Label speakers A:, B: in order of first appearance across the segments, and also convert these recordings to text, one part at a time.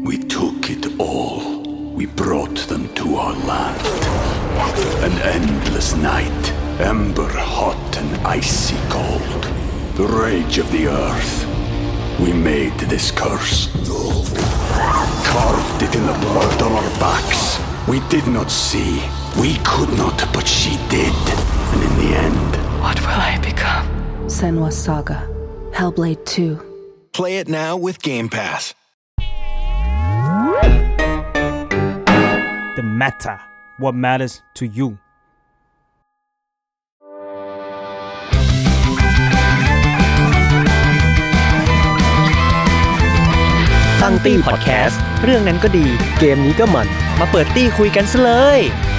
A: We took it all. We brought them to our land. An endless night, ember hot and icy cold. The rage of the earth. We made this curse. Carved it in the blood on our backs. We did not see. We could not, but she did. And in the end...
B: What will I become?
C: Senua's Saga. Hellblade 2.
D: Play it now with Game Pass.
E: The matter. What matters to you?
F: ตั้งตี้พอดแคสต์เรื่องนั้นก็ดีเกมนี้ก็มันมาเปิดตี้คุยกันซะเลย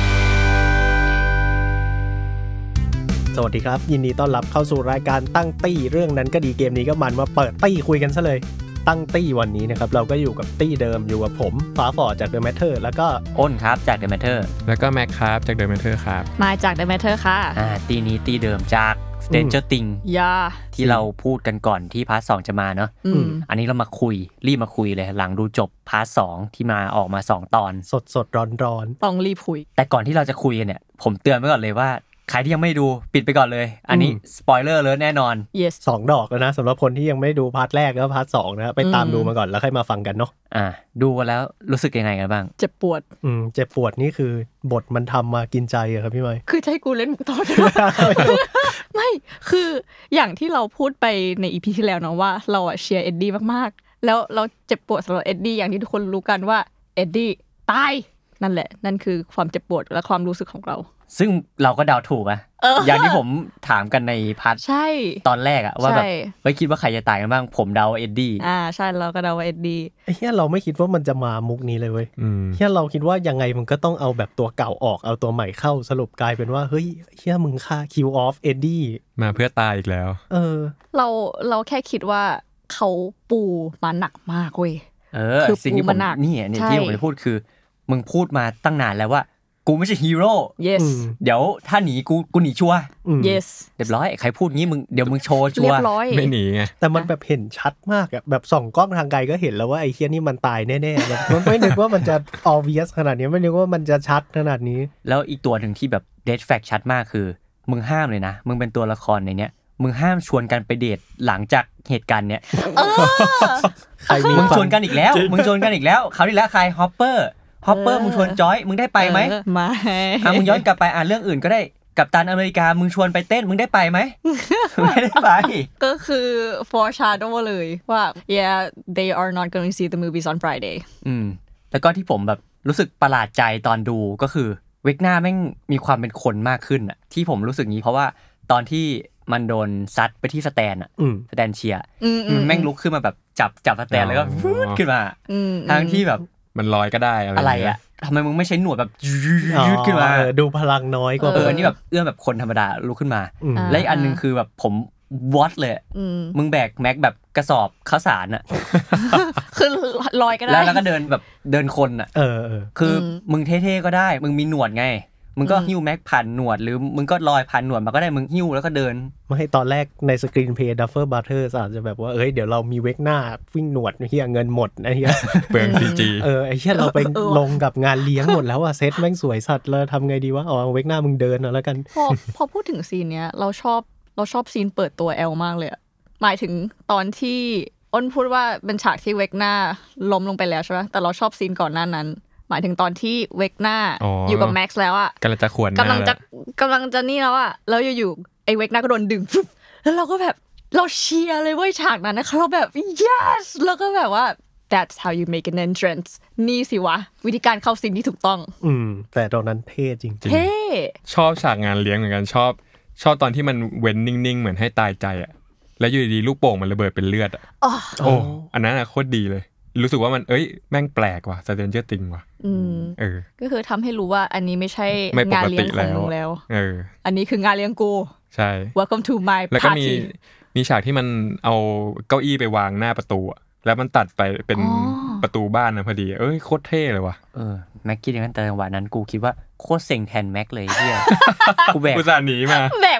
F: สวัสดีครับยินดีต้อนรับเข้าสู่รายการตั้งตี้เรื่องนั้นก็ดีเกมนี้ก็มันมาเปิดตี้คุยกันซะเลยตั้งตี้วันนี้นะครับเราก็อยู่กับตี้เดิมอยู่กับผมฟ้าฟอร์ดจาก The Matter แล้วก็
G: อ้นครับจาก The Matter
H: แล้วก็แม็กครับจาก The Matter ครับ
B: มาจาก The Matter ค่ะ
G: ตีนี้ตีเดิมจาก Stranger Things ที่เราพูดกันก่อนที่พาร์ท2จะมาเนาะอันนี้เรามาคุยรีบมาคุยเลยหลังดูจบพาร์ท2ที่มาออกมา2ตอน
F: สดๆร้อน
B: ๆต้องรีบคุย
G: แต่ก่อนที่เราจะคุยกันเนี่ยผมเตือนไว้ก่อนเลยว่าใครที่ยังไม่ดูปิดไปก่อนเลยอันนี้สปอยเลอร์เลยแน่นอน
B: yes
F: 2 ดอกแล้วนะสำหรับคนที่ยังไม่ดูพาร์ทแรกแล้วพาร์ท2นะไปตามดูมาก่อนแล้วค่อยมาฟังกันเนาะ
G: ดูกันแล้วรู้สึกยังไงกันบ้าง
B: เจ็บปวด
F: เจ็บปวดนี่คือบทมันทำมากินใจอะครับพี่ไมค์
B: คือให้กูเล่นมุกต่อไม่คืออย่างที่เราพูดไปใน EP ที่แล้วเนาะว่าเราเชียร์เอ็ดดี้มากๆแล้วเราเจ็บปวดสำหรับเอ็ดดี้อย่างที่ทุกคนรู้กันว่าเอ็ดดี้ตายนั่นแหละนั่นคือความเจ็บปวดและความรู้สึกของเรา
G: ซึ่งเราก็เดาถูกอะอย่างที่ผมถามกันในพาร์ทตอนแรกอะว่าแบบไม่คิดว่าใครจะตายกันบ้างผมเดาเอ็ดดี้
B: ใช่เราก็เดาว่าเอ็ดดี้
F: เฮียเราไม่คิดว่ามันจะมามุกนี้เลยเว้ยเฮียเราคิดว่ายังไงมันก็ต้องเอาแบบตัวเก่าออกเอาตัวใหม่เข้าสรุปกลายเป็นว่าเฮ้ยเฮียมึงฆ่าคิวออฟเอ็ดดี้
H: มาเพื่อตายอีกแล้ว
B: เราแค่คิดว่าเขาปูมาหนักมากเว้ย
G: คือสิ่งที่ผมนี่ที่ผมจะพูดคือมึงพูดมาตั้งนานแล้วว่ากูไม่ใช่ฮีโร่
B: yes
G: เดี๋ยวถ้าหนีกูหนีชัวร์
B: yes
G: เรียบร้อยใครพูดงี้มึงเดี๋ยวมึงโชว์ชัวร์
H: ไม่หนีไง
F: แต่มันแบบเห็นชัดมากอ่ะแบบส่องกล้องทางไกลก็เห็นแล้วว่าไอ้เหี้ยนี่มันตายแน่ๆแบบมันไม่นึกว่ามันจะ obvious ขนาดนี้ไม่นึกว่ามันจะชัดขนาดนี้
G: แล้วอีกตัวนึงที่แบบ dead fact ชัดมากคือมึงห้ามเลยนะมึงเป็นตัวละครในเนี้ยมึงห้ามชวนกันไปเดทหลังจากเหตุการณ์เนี้ยมึงชวนกันอีกแล้วคราวที่แล้วใครฮอปเปอร์มึงชวนจอยมึงได้ไปไหม
B: ไม่
G: มึงย้อนกลับไปเรื่องอื่นก็ได้กัปตันอเมริกามึงชวนไปเต้นมึงได้ไปไหม ไม่ได้ไป
B: ก็คือ foreshadow เลยว่า yeah they are not going to see the movies on Friday
G: แล้วก็ที่ผมแบบรู้สึกประหลาดใจตอนดูก็คือเวกน่าแม่งมีความเป็นคนมากขึ้นอ่ะที่ผมรู้สึกงี้เพราะว่าตอนที่มันโดนซัดไปที่สแตนสแตนเชียร์แม่งลุกขึ้นมาแบบจับสแตนแล้วก็วืดขึ้นมาทั้งที่แบบ
H: มันลอยก็ได้
G: อะไรอ่ะทำไมมึงไม่ใช้หนวดแบบยืดขึ้นมา
F: ดูพลังน้อยกว่า
G: นี่แบบเอื้อมแบบคนธรรมดาลุกขึ้นมาและอีกอันนึงคือแบบผมวอตเลยมึงแบกแม็กแบบกระสอบข้าวสารอ่ะ
B: คือลอยก็ได้
G: แล้วก็เดินแบบเดินคนอ่ะคือมึงเท่ๆก็ได้มึงมีหนวดไงมึงก็หิ้วแม็กผ่านหนวดหรือมึงก็ลอยผ่านหนวดมาก็ได้มึงหิ้วแล้วก็เดิน
F: ไม่ให้ตอนแรกในสกรีนเพลย์ดัฟเฟอร์บัตเตอร์อาจจะแบบว่าเดี๋ยวเรามีเวกหน้าวิ่งหนวดเฮียเงินหมดไอ้เฮีย
H: เปลือง CG
F: ไอ้เฮียเราไปลงกับงานเลี้ยงหมดแล้วอ่ะเซตแม่งสวยสัตว์เลยทำไงดีวะเวกหน้ามึงเดินเอาแล้วกัน
B: พอพูดถึงซีนเนี้ยเราชอบซีนเปิดตัวแอลมากเลยอ่ะหมายถึงตอนที่อ้นพูดว่าเป็นฉากที่เวกหน้าล้มลงไปแล้วใช่ไหมแต่เราชอบซีนก่อนหน้านั้นหมายถึงตอนที่เวกหน้าอยู่กับแม็กซ์แล้วอ่ะ
H: กำลังจะขวน
B: กำลังจะนี่แล้วอ่ะแล้วอยู่ๆไอ้เวกหน้าก็โดนดึงแล้วเราก็แบบเราเชียร์เลยเว้ยฉากนั้นนะเราแบบ yes แล้วก็แบบว่า that's how you make an entrance นี่สิวะวิธีการเข้าซีนที่ถูกต้อง
F: แต่ตอนนั้นเท่จริง
B: ๆเท่
H: ชอบฉากงานเลี้ยงเหมือนกันชอบตอนที่มันเว้นนิ่งๆเหมือนให้ตายใจอ่ะแล้วอยู่ดีๆลูกโป่งมันระเบิดเป็นเลือดอ่ะอันนั้นอ่ะโคตรดีเลยรู้สึกว่ามันแม่งแปลกว่ะ Stranger Things ว่ะ
B: ก็คือทำให้รู้ว่าอันนี้ไม่ใช่งานเลี้ยงของมึงแล้วอันนี้คืองานเลี้ยงกู
H: ใช่
B: Welcome to my party
H: แล้วก็มีฉากที่มันเอาเก้าอี้ไปวางหน้าประตูแล้วมันตัดไปเป็นประตูบ้านนะพอดีโคตรเท่เลยว่ะ
G: แม็กคิดอย่างนั้นแต่จังหวะนั้นกูคิดว่าโคตรเซ็งแทนแม็กเลยเหี้ยกูแบก
H: อุตส่าห์หนีมา
B: แบก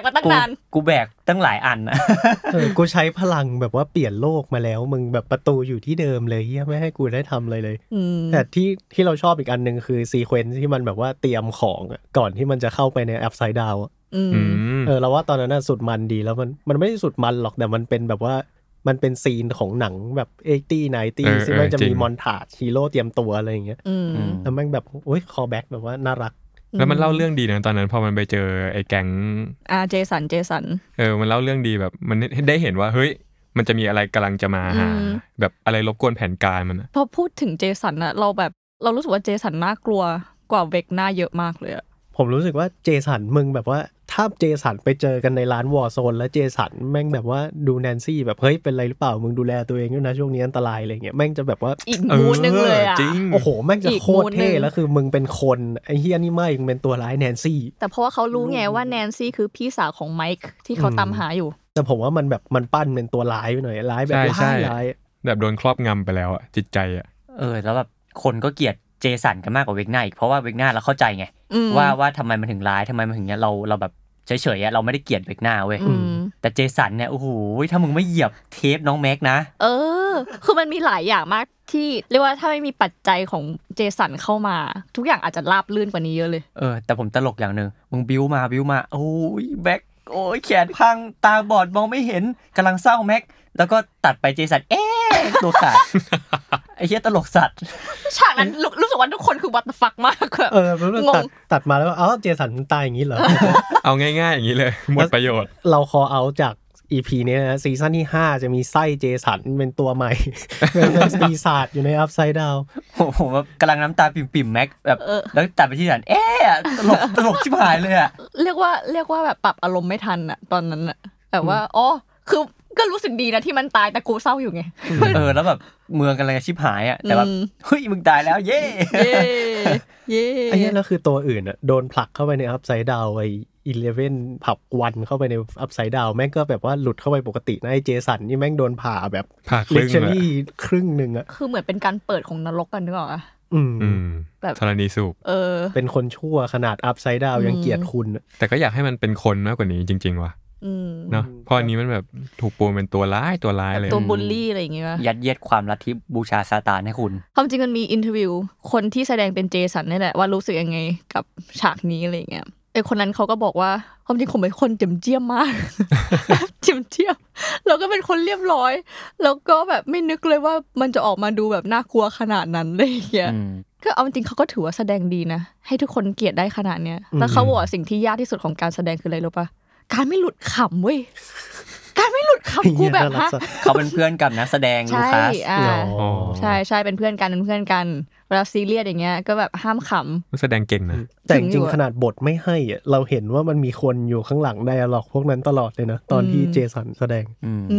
B: มาตั้งนาน
G: กูแบกตั้งหลายอันนะ
F: กูใช้พลังแบบว่าเปลี่ยนโลกมาแล้วมึงแบบประตูอยู่ที่เดิมเลยเหี้ยไม่ให้กูได้ทำอะไรเลยแต่ที่เราชอบอีกอันนึงคือซีเควนซ์ที่มันแบบว่าเตรียมของก่อนที่มันจะเข้าไปในแอปไซด์ดาวเราว่าตอนนั้นน่ะสุดมันดีแล้วมันไม่ได้สุดมันหรอกแต่มันเป็นแบบว่ามันเป็นซีนของหนังแบบ80 90ซึ่งมันจะมีมอนทาจฮีโร่เตรียมตัวอะไรอย่างเงี้ยแล้วมันแบบโอ๊ยคอลแบ็กแบบว่าน่ารัก
H: แล้วมันเล่าเรื่องดีนะตอนนั้นพอมันไปเจอไอ้แก๊ง
B: เจสัน
H: มันเล่าเรื่องดีแบบมันได้เห็นว่าเฮ้ยมันจะมีอะไรกำลังจะมาหาแบบอะไรรบกวนแผนการมัน
B: พอพูดถึงเจสันอะเรารู้สึกว่าเจสันน่ากลัวกว่าเวกน่าเยอะมากเลยอะ
F: ผมรู้สึกว่าเจสันมึงแบบว่าถ้าเจสันไปเจอกันในร้านวอร์โซนแล้วเจสันแม่งแบบว่าดูแนนซี่แบบเฮ้ยเป็นไรหรือเปล่ามึงดูแลตัวเองด้วยนะช่วงนี้อันตรายอะไรเงี้ยแม่งจะแบบว่า
B: อีกมูดนึงเลยอ่ะ
F: โอ้โหแม่งจะโคตรเท่แล้วคือมึงเป็นคนไอ้เฮียนี่ไม่มึงเป็นตัวร้ายแนนซี่
B: แต่เพราะว่าเขารู้ไงว่าแนนซี่คือพี่สาวของไมค์ที่เขาตามหาอยู่
F: แต่ผมว่ามันแบบมันปั้นเป็นตัวร้ายไปหน่อยร้ายแบบร้าย
H: แบบโดนครอบงำไปแล้วอ่ะจิตใจอ่ะ
G: แล้วแบบคนก็เกลียดเจสันกันมากกว่าเวกน่าอีกเพราะว่าเวกน่าเราเข้าใจไงว่าทำไมมันถึงร้ายทำไมมันถึงเนี้ยเราแบบเฉยๆเราไม่ได้เกลียดเวกน่าเว้ยแต่เจสันเนี่ยโอ้โหถ้ามึงไม่เหยียบเทปน้องแม็กนะ
B: คือมันมีหลายอย่างมากที่เรียกว่าถ้าไม่มีปัจจัยของเจสันเข้ามาทุกอย่างอาจจะราบลื่นกว่านี้เยอะเลย
G: แต่ผมตลกอย่างนึงมึงบิ้วมาโอ้ยแม็กโอ้ยแขนพังตาบอดมองไม่เห็นกำลังเศร้าแม็กแล้วก็ตัดไปเจสันตัวขาดไอ้เหี้ยตลกสัตว์
B: ฉากนั้นรู้สึกว่าทุกคนคือ what the fuck มากแบบ
F: ตัดมาแล้วเจสันมันตายอย่างนี้เหรอ
H: เอาง่ายๆอย่างนี้เลยหมดประโยชน์
F: เราคอเอาจาก EP นี้นะซีซั่นที่5จะมีไส้เจสันเป็นตัวใหม่เป็นปีศาจอยู่ในอัพไซด์ดาว
G: ผมแบบกำลังน้ำตาปิ่มๆแม็กแบบแล้วตัดไปที่สันตลกชิบหายเลยอ่ะ
B: เรียกว่าแบบปรับอารมณ์ไม่ทันอ่ะตอนนั้นอ่ะแบบว่าคือก็รู้สึกดีนะที่มันตายแต่กูเศร้าอยู่ไง
G: แล้วแบบเมืองกันอะไรชิบหายอ่ะแต่แบบเฮ้ยมึงตายแล้วเย้
F: ไอ้เนี่ยแล้วคือตัวอื่นอ่ะโดนผลักเข้าไปในอัพไซด์ดาวไอ้11ผับวันเข้าไปในอัพไซด์ดาวแม่งก็แบบว่าหลุดเข้าไปปกตินะไอ้เจสันนี่แม่งโดนผ่าแบบliterally ครึ่งนึงอ่ะ
B: คือเหมือนเป็นการเปิดของนรกกันนึกออกอ่ะ
H: แบบธรณีสูบ
F: เป็นคนชั่วขนาดอัพไซด์ดาวยังเกลียดคุณ
H: แต่ก็อยากให้มันเป็นคนมากกว่านี้จริงๆว่ะเนาะเพราะอันนี้มันแบบถูกปูเป็นตัวร้ายเลย
B: ตัวบูลลี่อะไรอย่างเงี้ย
G: ยัดเยียดความลัทธิบูชาซาตานให้คุณ
B: ความจริงมันมีอินเทอร์วิวคนที่แสดงเป็นเจสันนี่แหละว่ารู้สึกยังไงกับฉากนี้อะไรอย่างเงี้ยไอ้คนนั้นเขาก็บอกว่าความจริงผมเป็นคนเจียมมากเจียมแล้วก็เป็นคนเรียบร้อยแล้วก็แบบไม่นึกเลยว่ามันจะออกมาดูแบบน่ากลัวขนาดนั้นเลยอย่างเงี้ยก็เอาจริงเขาก็ถือว่าแสดงดีนะให้ทุกคนเกลียดได้ขนาดเนี้ยแล้วเขาบอกสิ่งที่ยากที่สุดของการแสดงคืออะไรรู้ป่ะการไม่หลุดขำเว้ยการไม่หลุดขำกูแบบฮะ
G: เขาเป็นเพื่อนกับนักแสดงลูคัส
B: ใช่เป็นเพื่อนกันเวลาซีเรียสอย่างเงี้ยก็แบบห้ามข
H: ำแสดงเก่งนะ
F: แต่จริงขนาดบทไม่ให้เราเห็นว่ามันมีคนอยู่ข้างหลังไดอะล็อกพวกนั้นตลอดเลยนะตอนที่เจสันแสดง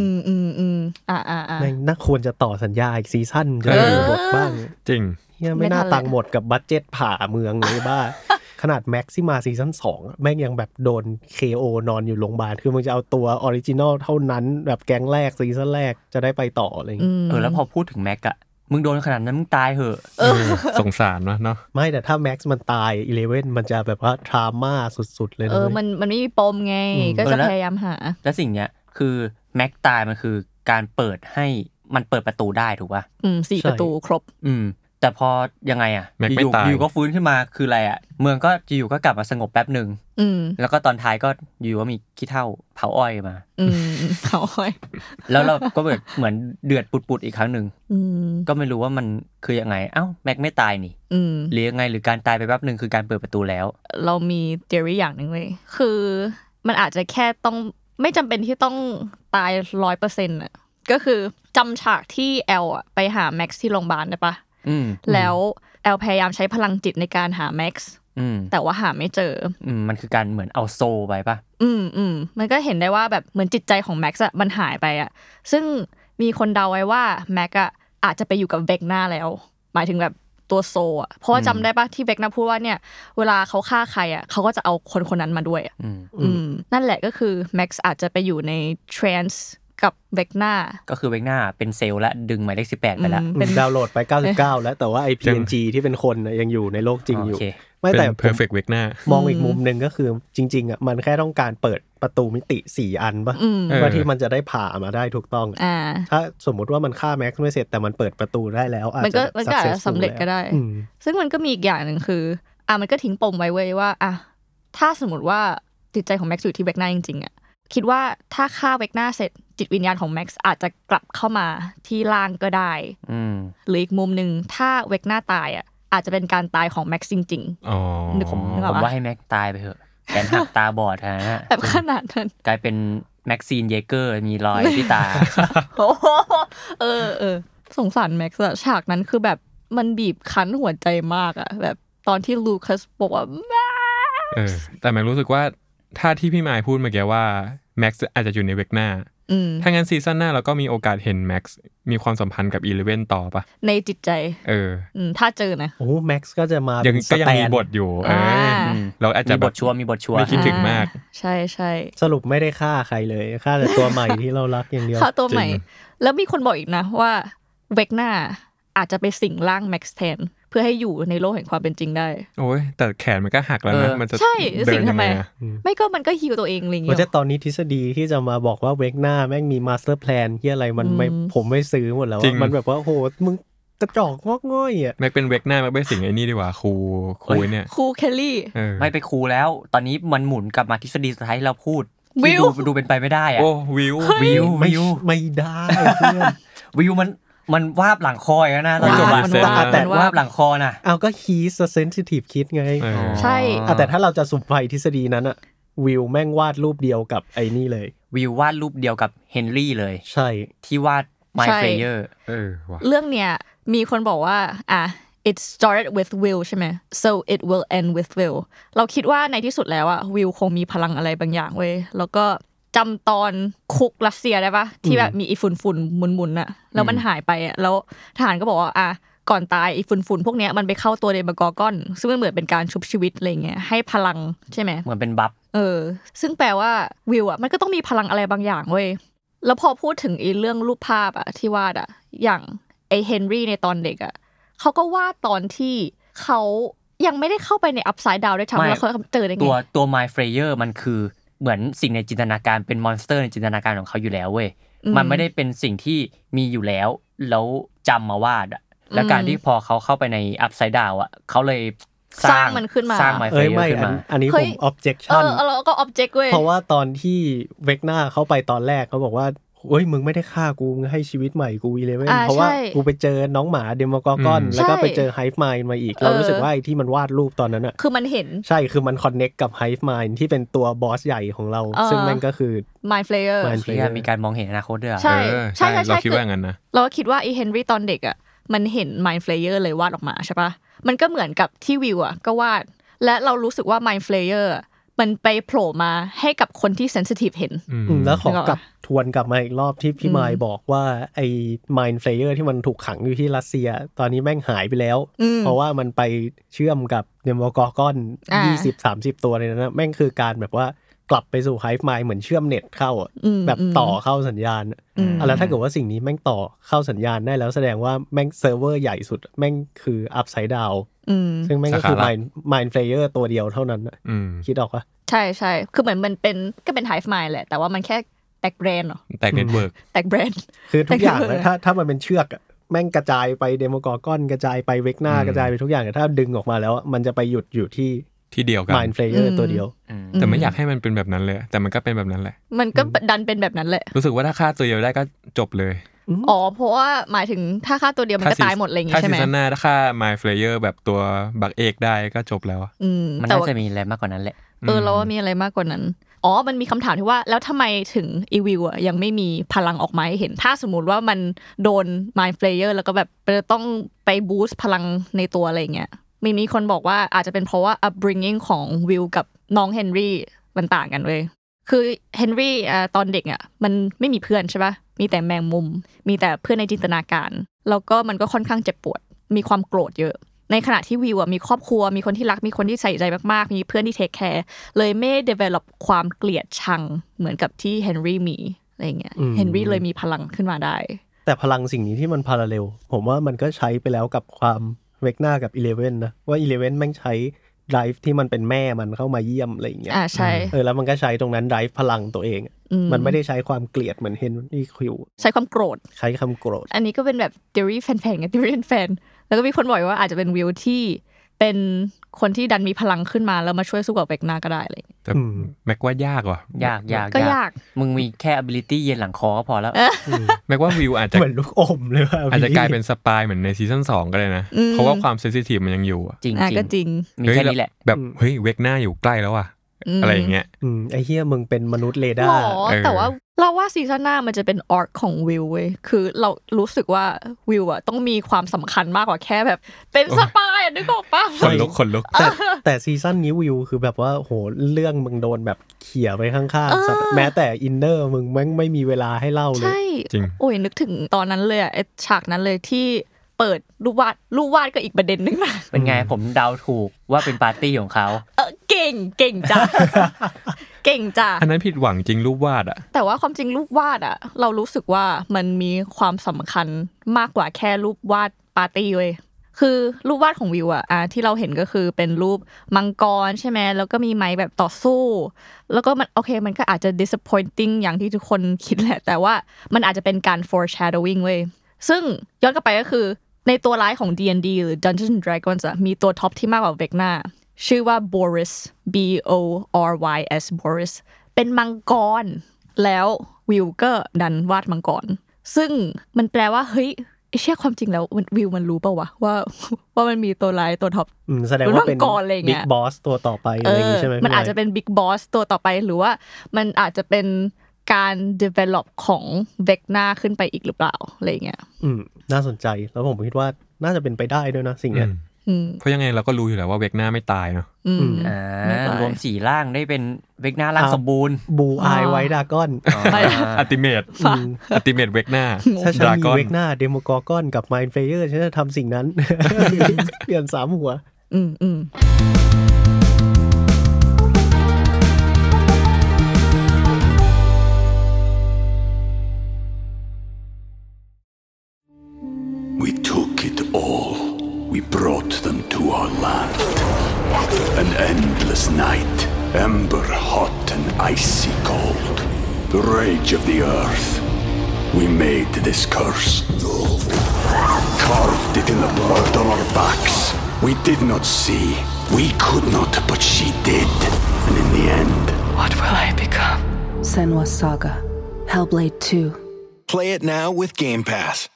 F: น่าควรจะต่อสัญญาอีกซีซั่นจะมีบทบ้าง
H: จริง
F: เฮียไม่น่าตังหมดกับบัดเจ็ตผ่าเมืองเลยบ้าขนาดแม็กซิมาซีซั่น2แม่งยังแบบโดน KO นอนอยู่โรงพยาบาลคือมึงจะเอาตัวออริจินอลเท่านั้นแบบแก๊งแรกซีซั่นแรกจะได้ไปต่ออะไรอย่างเงี้
G: ยแล้วพอพูดถึงแม็กอะมึงโดนขนาดนั้นมึงตายเหอะ
H: สงสารเนาะ
F: ไม่แต่ถ้าแม็กซ์มันตาย11มันจะแบบว่าทราม่าสุดๆเลยนะ
B: มันไม่มีปมไงก็จะพยายามหา
G: แล้วสิ่งเนี้ยคือแม็กตายมันคือการเปิดให้มันเปิดประตูได้ถูกป่ะ
B: 4ประตูครบ
G: แต่พอยังไงอ่ะอยู่ก็ฟื้นขึ้นมาคืออะไรอ่ะเมืองก็อยู่ก็กลับมาสงบแป๊บนึงแล้วก็ตอนท้ายก็อยู่ว่ามีขี้เถ้าเผาอ้อยมา
B: เผาอ้อย
G: แล้วเราก็เหมือนเดือดปุดๆอีกครั้งนึงก็ไม่รู้ว่ามันคือยังไงเอ้าแม็กไม่ตายนี่หรือยังไงหรือการตายไปแป๊บนึงคือการเปิดประตูแล้ว
B: เรามี theory อย่างนึงเลยคือมันอาจจะแค่ต้องไม่จำเป็นที่ต้องตาย 100% อ่ะก็คือจำฉากที่แอลอ่ะไปหาแม็กซ์ที่โรงพยาบาลได้ปะแล้วแอลพยายามใช้พลังจิตในการหาแม็กซ์แต่ว่าหาไม่เจอ
G: มันคือการเหมือนเอาโซไปป่ะ
B: มันก็เห็นได้ว่าแบบเหมือนจิตใจของแม็กซ์มันหายไปอ่ะซึ่งมีคนเดาไว้ว่าแม็กซ์อาจจะไปอยู่กับเวกน่าแล้วหมายถึงแบบตัวโซอ่ะเพราะว่าจำได้ป่ะที่เวกน่าพูดว่าเนี่ยเวลาเขาฆ่าใครอ่ะเขาก็จะเอาคนนั้นมาด้วยนั่นแหละก็คือแม็กซ์อาจจะไปอยู่ในทรานส์กับเวกน่า
G: ก็คือเวกน่าเป็นเซลล์และดึงหมายเลข18ไปแล้ว
F: เป็นดาวน์โหลดไป99แล้วแต่ว่าไอ้ PNG ที่เป็นคนยังอยู่ในโลกจริงอยู่ไม่แต่
H: perfect เวกหน้
F: ามองอีกมุมนึงก็คือจริงๆอ่ะมันแค่ต้องการเปิดประตูมิติ4อันป่ะว่าที่มันจะได้ผ่ามาได้ถูกต้องถ้าสมมุติว่ามันฆ่าแม็กซ์ไม่เสร็จแต่มันเปิดประตูได้แล้วอาจจะ
B: มันก็อาจจะสำเร็จก็ได้ซึ่งมันก็มีอีกอย่างนึงคือมันก็ทิ้งปมไว้เว้ยว่าถ้าสมมติว่าจิตใจของแม็กซ์อยู่ที่เวกหน้าจริงๆอ่ะคิดว่าถ้าฆ่าเวกหน้าเสร็จจิตวิญญาณของแม็กซ์อาจจะกลับเข้ามาที่ร่างก็ได้หรืออีกมุมนึงถ้าเวกหน้าตายอ่ะอาจจะเป็นการตายของแม็กซ์จริง
G: ๆผมว่าให้แม็กซ์ตายไปเถอะแขนหักตาบอดนะ
B: แบบขนาดนั้น
G: กลายเป็นแม็กซีนเยเกอร์มีรอยที่ตา
B: สงสารแม็กซ์ฉากนั้นคือแบบมันบีบคั้นหัวใจมากอ่ะแบบตอนที่ลูคัสบอกว่า
H: แต่แม็กรู้สึกว่าถ้าที่พี่มายพูดเมื่อกี้ว่าแม็กซ์อาจจะอยู่ในเวกหน้าถ้างั้นซีซั่นหน้าเราก็มีโอกาสเห็นแม็กซ์มีความสัมพันธ์กับอีเลเว่นต่อปะ
B: ในจิตใจถ้าเจอนะ
F: โอ้แม็กซ์ก็จะมา
H: ก็ยังมีบทอยู่เราอาจจะ
G: มีบทชัวร์
H: ไม่คิดถึงมาก
B: ใช่ใช่
F: สรุปไม่ได้ฆ่าใครเลยฆ่าแต่ตัวใหม่ที่เรารักอย่างเดียว
B: ฆ่าตัวใหม่แล้วมีคนบอกอีกนะว่าเวกหน้าอาจจะไปสิงร่างแม็กซ์แทนเพื่อให้อยู่ในโลกแห่งความเป็นจริงได้
H: โอ้ยแต่แขนมันก็หักแล้วนะมันจะ
B: ใช่สิงทำไมไม่ก็มันก็ฮีลตัวเองอะไรเงี้ย
F: แต่ตอนนี้ทฤษฎีที่จะมาบอกว่าเวกหน้าแม่งมีมาสเตอร์แพลนที่อะไรมันไม่ผมไม่ซื้อหมดแล้วมันแบบว่าโหมึงกระจอกงอกง่อยอ่ะ
H: แม็กเป็นเวกหน้าแม็กไปสิงไอ้นี่ดีกว่าครูเนี่ย
B: ครูเคลลี่
G: ไม่ไปครูแล้วตอนนี้มันหมุนกลับมาทฤษฎีสุดท้ายที่เราพูดดูเป็นไปไม่ได้อ่ะ
H: โอ้วิว
F: ไม่ได้เพื่อน
G: วิวมันวาบหลังคออย่างนั้นนะตอนจบแต่วาบหลังคอน่ะ
F: เอาก็ฮีสเซนซิทีฟคิดไง
B: ใช่
F: แต่ถ้าเราจะสุ่มไฟทฤษฎีนั้นอะวิวแม่งวาดรูปเดียวกับไอ้นี่เลย
G: วิววาดรูปเดียวกับเฮนรี่เลย
F: ใช่
G: ที่วาด My Player
B: เรื่องเนี้ยมีคนบอกว่าit started with Will ใช่ไหม so it will end with Will เราคิดว่าในที่สุดแล้วอะวิลคงมีพลังอะไรบางอย่างเว้ยแล้วก็จำตอนคุกรัสเซียได้ปะที่แบบมีอีฝุ่นหมุนๆน่ะแล้วมันหายไปอ่ะแล้วทหารก็บอกว่าก่อนตายอีฝุ่นพวกเนี้ยมันไปเข้าตัวเดมากอร์กอนซึ่งมันเหมือนเป็นการชุบชีวิตอะไรเงี้ยให้พลังใช่ไหม
G: เหมือนเป็นบัฟ
B: ซึ่งแปลว่าวิลอ่ะมันก็ต้องมีพลังอะไรบางอย่างเว้ยแล้วพอพูดถึงอีเรื่องรูปภาพอ่ะที่วาดอ่ะอย่างไอเฮนรี่ในตอนเด็กอ่ะเขาก็วาดตอนที่เขายังไม่ได้เข้าไปในอัพไซด์ดาวน์ด้วยซ้ำแล้วเขาเจอได้ไง
G: ตัว My Player มันคือเหมือนสิ่งในจินตนาการเป็นมอนสเตอร์ในจินตนาการของเขาอยู่แล้วเว้ยมันไม่ได้เป็นสิ่งที่มีอยู่แล้วจำมาวาดอ่ะแล้วการที่พอเขาเข้าไปในอัพไซด์ดาวน์อ่ะเขาเลย
B: สร้างมันขึ้นมา
G: สร้าง My Player ขึ้นมา
F: อันนี้ผม objection
B: เราก็ object เว้ย
F: เพราะว่าตอนที่เวกหน้าเข้าไปตอนแรกเขาบอกว่าโอ้ยมึงไม่ได้ฆ่ากูมึงให้ชีวิตใหม่กูอีเลเว่นเพราะว่ากูไปเจอน้องหมาเดโมกอร์กอนแล้วก็ไปเจอไฮฟ์มายน์มาอีกเรารู้สึกว่าไอ้ที่มันวาดรูปตอนนั้นอ่ะ
B: คือมันเห็น
F: ใช่คือมันคอนเนคกับไฮฟ์มายน์ที่เป็นตัวบอสใหญ่ของเราซึ่งมันก็คือ
B: My Player
G: มีการมองเห็นอนาคตด้วย
B: ใช่
H: เราคิดว่าอย่างนั้นนะ
B: เราคิดว่าไอ้เฮนรี่ตอนเด็กอ่ะมันเห็น My Player เลยวาดออกมาใช่ปะมันก็เหมือนกับที่วิวอ่ะก็วาดและเรารู้สึกว่า My Playerมันไปโผล่มาให้กับคนที่เซนซิทีฟเห็น
F: แล้วขอกลับทวนกลับมาอีกรอบที่พี่มายบอกว่าไอ้ Mind Flayer ที่มันถูกขังอยู่ที่รัสเซียตอนนี้แม่งหายไปแล้วเพราะว่ามันไปเชื่อมกับเดโมกอร์กอน 20-30 ตัวเลยนะแม่งคือการแบบว่ากลับไปสู่ Hive Mind เหมือนเชื่อมเน็ตเข้าแบบต่อเข้าสัญญาณแล้วถ้าเกิดว่าสิ่งนี้แม่งต่อเข้าสัญญาณได้แล้วแสดงว่าแม่งเซิร์ฟเวอร์ใหญ่สุดแม่งคือ Upside Down ซึ่งแม่งก็คือ Mind Flayer ตัวเดียวเท่านั้นคิดออกปะ
B: ใช่ๆคือเหมือนมันเป็นก็เป็น Hive Mind แหละแต่ว่ามันแค่แตกแบรนด์เนาะ
H: แตกเน็ตเวิร์ก
B: แตกแบรนด์
F: คือทุกอย่างถ้ามันเป็นเชือกแม่งกระจายไปเดโมกอร์กอนกระจายไปเวกหน้ากระจายไปทุกอย่างแต่ถ้าดึงออกมาแล้วมันจะไปหยุดอยู่ที่
H: เดียวกัน
F: Mind Flayer ตัวเดียว
H: แต่ไม่อยากให้มันเป็นแบบนั้นเลยแต่มันก็เป็นแบบนั้นแหละ
B: มันก็ดันเป็นแบบนั้นแหละ
H: รู้สึกว่าถ้าฆ่าตัวเดียวได้ก็จบเลย
B: เพราะว่าหมายถึงถ้าฆ่าตัวเดียวมันก็ตายหมดอะไรอย่างงี้ใช่ไหม
H: ถ้าซีซั่นหน้าถ้าฆ่า My Flayer แบบตัวบักเอกได้ก็จบแล้ว
G: มันน่าจะมีอะไรมากกว่านั้นแหละ
B: เราว่ามีอะไรมากกว่านั้นมันมีคำถามที่ว่าแล้วทำไมถึงอีวิลอ่ะยังไม่มีพลังออกมาให้เห็นถ้าสมมุติว่ามันโดน Mind Flayer แล้วก็แบบต้องไปบูสต์พลังในตัวอะไรอย่างเงี้ยมีคนบอกว่าอาจจะเป็นเพราะว่า upbringing ของวิลกับน้องเฮนรี่มันต่างกันเว้ยคือเฮนรี่ตอนเด็กอ่ะมันไม่มีเพื่อนใช่ปะมีแต่แมงมุมมีแต่เพื่อนในจินตนาการแล้วก็มันก็ค่อนข้างเจ็บปวดมีความโกรธเยอะในขณะที่วิวอ่ะมีครอบครัวมีคนที่รักมีคนที่ใส่ใจมากๆมีเพื่อนที่เทคแคร์เลยไม่ develop ความเกลียดชังเหมือนกับที่เฮนรี่มีอะไรเงี้ยเฮนรี่เลยมีพลังขึ้นมาได้
F: แต่พลังสิ่งนี้ที่มันพาราเลลผมว่ามันก็ใช้ไปแล้วกับความเวกหน้ากับ11นะว่า11แม่งใช้ drive ที่มันเป็นแม่มันเข้ามาเยี่ยมอะไรอย่างเงี้ย
B: ใช่
F: แล้วมันก็ใช้ตรงนั้น drive พลังตัวเองมันไม่ได้ใช้ความเกลียดเหมือนเฮนรี่คิว
B: ใช้ความโกรธ
F: ใช้คำโกรธ
B: อันนี้ก็เป็นแบบ theory แฟนๆกับ theory แฟนแล้วก็มีคนบอกว่าอาจจะเป็นวิวที่เป็นคนที่ดันมีพลังขึ้นมาแล้วมาช่วยสู้กับเวกนาก็ได้อะไร
H: แต่แม็กว่ายากว่ะ
G: ยาก
B: ก็ยาก
G: มึงมีแค่ ability เย็นหลังคอก็พอแล้ว
H: แม็กว่าวิวอาจจะ
F: เหมือนลูกอมเลยว่า
H: อาจจะกลายเป็นสปายเหมือนในซีซั่น2ก็ได้นะเพราะว่าความเซนซิทีฟมันยังอยู่
G: จริง
B: ก็จริง
G: มีแค่นี้แหละ
H: แบบเฮ้ยเวกนาอยู่ใกล้แล้วอ่ะอะไรอย่างเงี้ย
F: ไอ้เหี้ยมึงเป็นมนุษย์เรดาร์
B: แต่ว่าเราว่าซีซั่นหน้ามันจะเป็นอาร์คของวิวเว้ยคือเรารู้สึกว่าวิวอ่ะต้องมีความสำคัญมากกว่าแค่แบบเป็นสปายนึกออกปะ
H: คนลุก
F: แต่ซีซั่นนี้วิวคือแบบว่าโหเรื่องมึงโดนแบบเขี่ยไปข้างๆแม้แต่อินเนอร์มึงไม่มีเวลาให้เล่าเลย
B: ใช่จริงโอ้ยนึกถึงตอนนั้นเลยอ่ะฉากนั้นเลยที่เปิดรูปวาดก็อีกประเด็นนึงนะ
G: เป็นไงผมเดาถูกว่าเป็นปาร์ตี้ของเขา
B: เก่งจ้ะเก่งจ้ะ
H: อันนั้นผิดหวังจริงรูปวาดอ่ะ
B: แต่ว่าความจริงรูปวาดอ่ะเรารู้สึกว่ามันมีความสำคัญมากกว่าแค่รูปวาดปาร์ตี้เว้ยคือรูปวาดของวิวอ่ะที่เราเห็นก็คือเป็นรูปมังกรใช่ไหมแล้วก็มีไม้แบบต่อสู้แล้วก็มันโอเคมันก็อาจจะ disappointing อย่างที่ทุกคนคิดแหละแต่ว่ามันอาจจะเป็นการ foreshadowing เว้ยซึ่งย้อนกลับไปก็คือในตัวร้ายของ D&D หรือ Dungeons and Dragons มีตัวท็อปที่มากกว่าเวกนาชื่อว่า Boris Borys Boris เป็นมังกรแล้ววิวก็ดันวาดมังกรซึ่งมันแปลว่าเฮ้ยเชื่อความจริงแล้ววิวมันรู้ป่าววะว่ามันมีตัวร้ายตัวท็อป
F: แสดงว่าเป็น Big Boss ตัวต่อไปอะไรอย่างงี้ใช่ไหม
B: มันอาจจะเป็น Big Boss ตัวต่อไปหรือว่ามันอาจจะเป็นการ develop ของเวกนาขึ้นไปอีกหรือเปล่าอะไรเงี้ย
F: น่าสนใจแล้วผมคิดว่าน่าจะเป็นไปได้ด้วยนะสิ่งนี้
H: เพราะยังไงเราก็รู้อยู่แล้วว่าเวกนาไม่ตายเนาะ
G: รวม4ร่างได้เป็นเวกนาร่างสมบูรณ์
F: บูอายไวดากอน
H: อัลติเมทเวกนา
F: ถ้าฉันมีเวกนาเดโมกอร์กอนกับไมน์เฟเยอร์ฉันจะทำสิ่งนั้นเปลี่ยน3หัว
A: We took it all. We brought them to our land. An endless night, ember hot and icy cold. The rage of the earth. We made this curse. Carved it in the blood on our backs. We did not see. We could not, but she did. And in the end...
C: What will I become? Senua's Saga. Hellblade 2.
D: Play it now with Game Pass.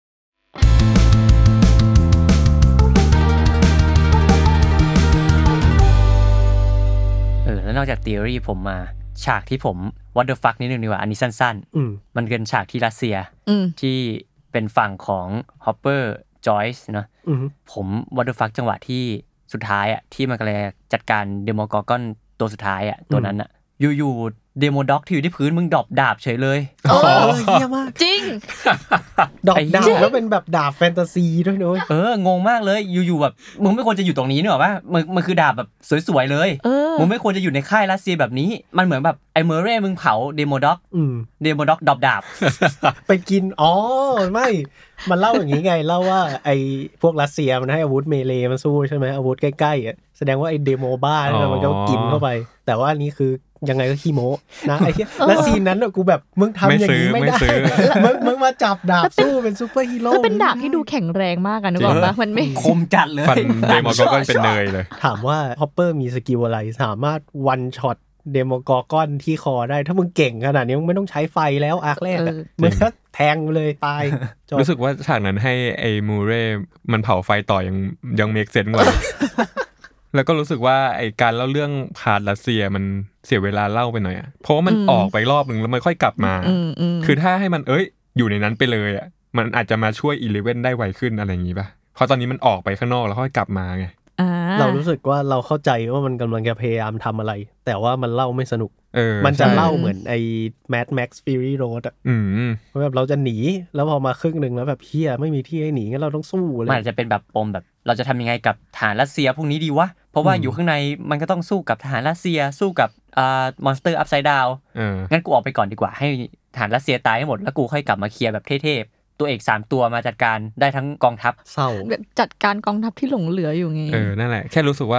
G: แล้วนอกจาก theory ผมมาฉากที่ผม what the fuck นิดนึงดีกว่าอันนี้สั้นๆมันเป็นฉากที่รัสเซียที่เป็นฝั่งของ Hopper Joyce เนาะผม what the fuck จังหวะที่สุดท้ายอ่ะที่มันกำลังจัดการเดโมกอร์กอนตัวสุดท้ายอ่ะตัวนั้นอ่ะอยู่ๆเดโมด็อกที่อยู่ที่พื้นมึงดรอปดาบเฉยเลย
F: เหี้ยมาก
B: จริง
F: ดรอปดาบแล้วเป็นแบบดาบแฟนตาซีด้วยนุ้ย
G: งงมากเลยอยู่ๆแบบมึงไม่ควรจะอยู่ตรงนี้นึกออกป่ะมันคือดาบแบบสวยๆเลยมึงไม่ควรจะอยู่ในค่ายรัสเซียแบบนี้มันเหมือนแบบไอ้เมอร์เร่มึงเผาเดโมด็อกดรอปดาบ
F: ไปกินไม่มันเล่าอย่างนี้ไงเล่าว่าไอ้พวกรัสเซียมันให้อาวุธเมเลมาสู้ใช่ไหมอาวุธใกล้ๆอ่ะแสดงว่าไอ้เดโมบ้ามันก็กินเข้าไปแต่ว่าอันนี้คือยังไงก็ขี้โม้นะไอ้แล้วซีนนั้นกูแบบมึงทำอย่างนี้ไม่ได้มึงมาจับดาบสู้เป็นซูเปอร์ฮีโร่
B: แล้วเป็นดาบที่ดูแข็งแรงมากอะนึกออกปะมันไม่
G: คมจัดเลย
H: ฟันเดโมกอร์กอนเป็นเนยเลย
F: ถามว่าฮอปเปอร์มีสกิลอะไรสามารถวันช็อตเดโมกอร์กอนที่คอได้ถ้ามึงเก่งขนาดนี้มึงไม่ต้องใช้ไฟแล้วอาร์คแรกมึงก็แทงเลยตาย
H: รู้สึกว่าฉากนั้นให้ไอ้มูเร่มันเผาไฟต่อยังเมคเซนส์กว่าแล้วก็รู้สึกว่าไอ้การเล่าเรื่องพาร์ทรัสเซียมันเสียเวลาเล่าไปหน่อยอ่ะเพราะว่ามันออกไปรอบนึงแล้วมันค่อยกลับมาคือถ้าให้มันอยู่ในนั้นไปเลยอ่ะมันอาจจะมาช่วย11ได้ไวขึ้นอะไรอย่างงี้ป่ะเพราะตอนนี้มันออกไปข้างนอกแล้วค่อยกลับมาไง
F: เรารู้สึกว่าเราเข้าใจว่ามันกำลังจะพยายามทำอะไรแต่ว่ามันเล่าไม่สนุกมันจะเล่าเหมือนไอ้ Mad Max Fury Road อ่ะแบบเราจะหนีแล้วพอมาครึ่งนึงแล้วแบบเหี้ยไม่มีที่ให้หนีงั้นเราต้องสู้เลย
G: มันอาจจะเป็นแบบปมแบบเราจะทำยังไงกับทหารรัสเซียพวกนี้ดีวะเพราะว่าอยู่ข้างในมันก็ต้องสู้กับทหารรัสเซียสู้กับMonster Upside Down งั้นกูออกไปก่อนดีกว่าให้ทหารรัสเซียตายให้หมดแล้วกูค่อยกลับมาเคลียร์แบบเท่ๆตัวเอก3ตัวมาจัดการได้ทั้งกองทัพ
F: เศร้า
B: จัดการกองทัพที่หลงเหลืออยู่ไง
H: นั่นแหละแค่รู้สึกว่า